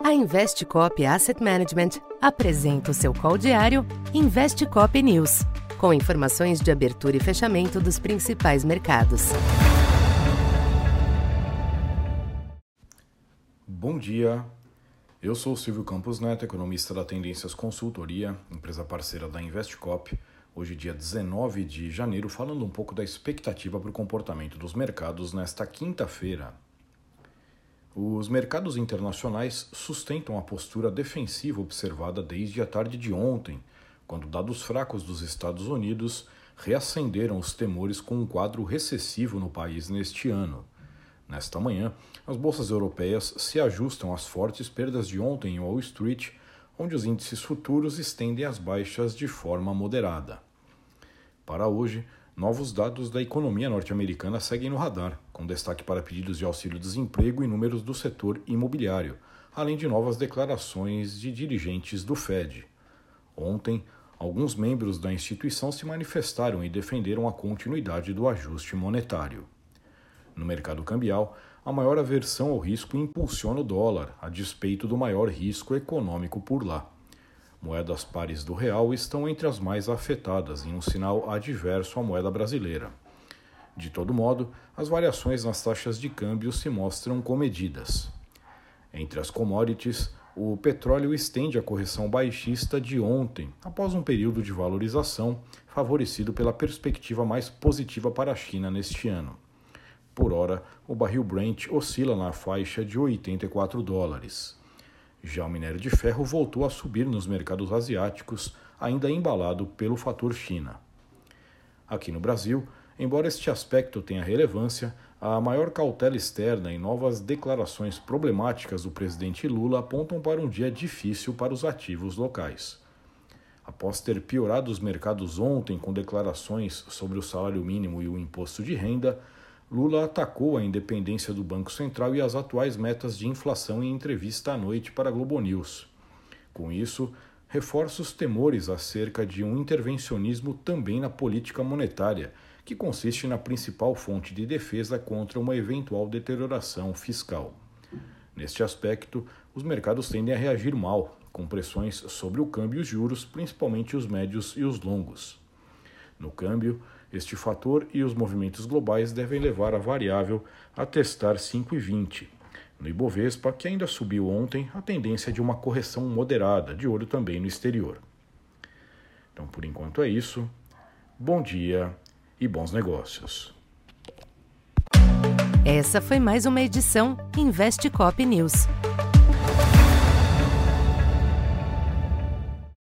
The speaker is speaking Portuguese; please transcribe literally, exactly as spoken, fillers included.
A Investcop Asset Management apresenta o seu call diário Investcop News, com informações de abertura e fechamento dos principais mercados. Bom dia, eu sou o Silvio Campos Neto, economista da Tendências Consultoria, empresa parceira da Investcop. Hoje, dia dezenove de janeiro, falando um pouco da expectativa para o comportamento dos mercados nesta quinta-feira. Os mercados internacionais sustentam a postura defensiva observada desde a tarde de ontem, quando dados fracos dos Estados Unidos reacenderam os temores com um quadro recessivo no país neste ano. Nesta manhã, as bolsas europeias se ajustam às fortes perdas de ontem em Wall Street, onde os índices futuros estendem as baixas de forma moderada. Para hoje, novos dados da economia norte-americana seguem no radar, com destaque para pedidos de auxílio-desemprego e números do setor imobiliário, além de novas declarações de dirigentes do Fed. Ontem, alguns membros da instituição se manifestaram e defenderam a continuidade do ajuste monetário. No mercado cambial, a maior aversão ao risco impulsiona o dólar, a despeito do maior risco econômico por lá. Moedas pares do real estão entre as mais afetadas, em um sinal adverso à moeda brasileira. De todo modo, as variações nas taxas de câmbio se mostram comedidas. Entre as commodities, o petróleo estende a correção baixista de ontem, após um período de valorização favorecido pela perspectiva mais positiva para a China neste ano. Por hora, o barril Brent oscila na faixa de oitenta e quatro dólares. Já o minério de ferro voltou a subir nos mercados asiáticos, ainda embalado pelo fator China. Aqui no Brasil, embora este aspecto tenha relevância, a maior cautela externa e novas declarações problemáticas do presidente Lula apontam para um dia difícil para os ativos locais. Após ter piorado os mercados ontem com declarações sobre o salário mínimo e o imposto de renda, Lula atacou a independência do Banco Central e as atuais metas de inflação em entrevista à noite para a Globo News. Com isso, reforça os temores acerca de um intervencionismo também na política monetária, que consiste na principal fonte de defesa contra uma eventual deterioração fiscal. Neste aspecto, os mercados tendem a reagir mal, com pressões sobre o câmbio e os juros, principalmente os médios e os longos. No câmbio, este fator e os movimentos globais devem levar a variável a testar cinco vírgula vinte. No Ibovespa, que ainda subiu ontem, a tendência é de uma correção moderada, de olho também no exterior. Então, por enquanto é isso. Bom dia e bons negócios. Essa foi mais uma edição Investcop News.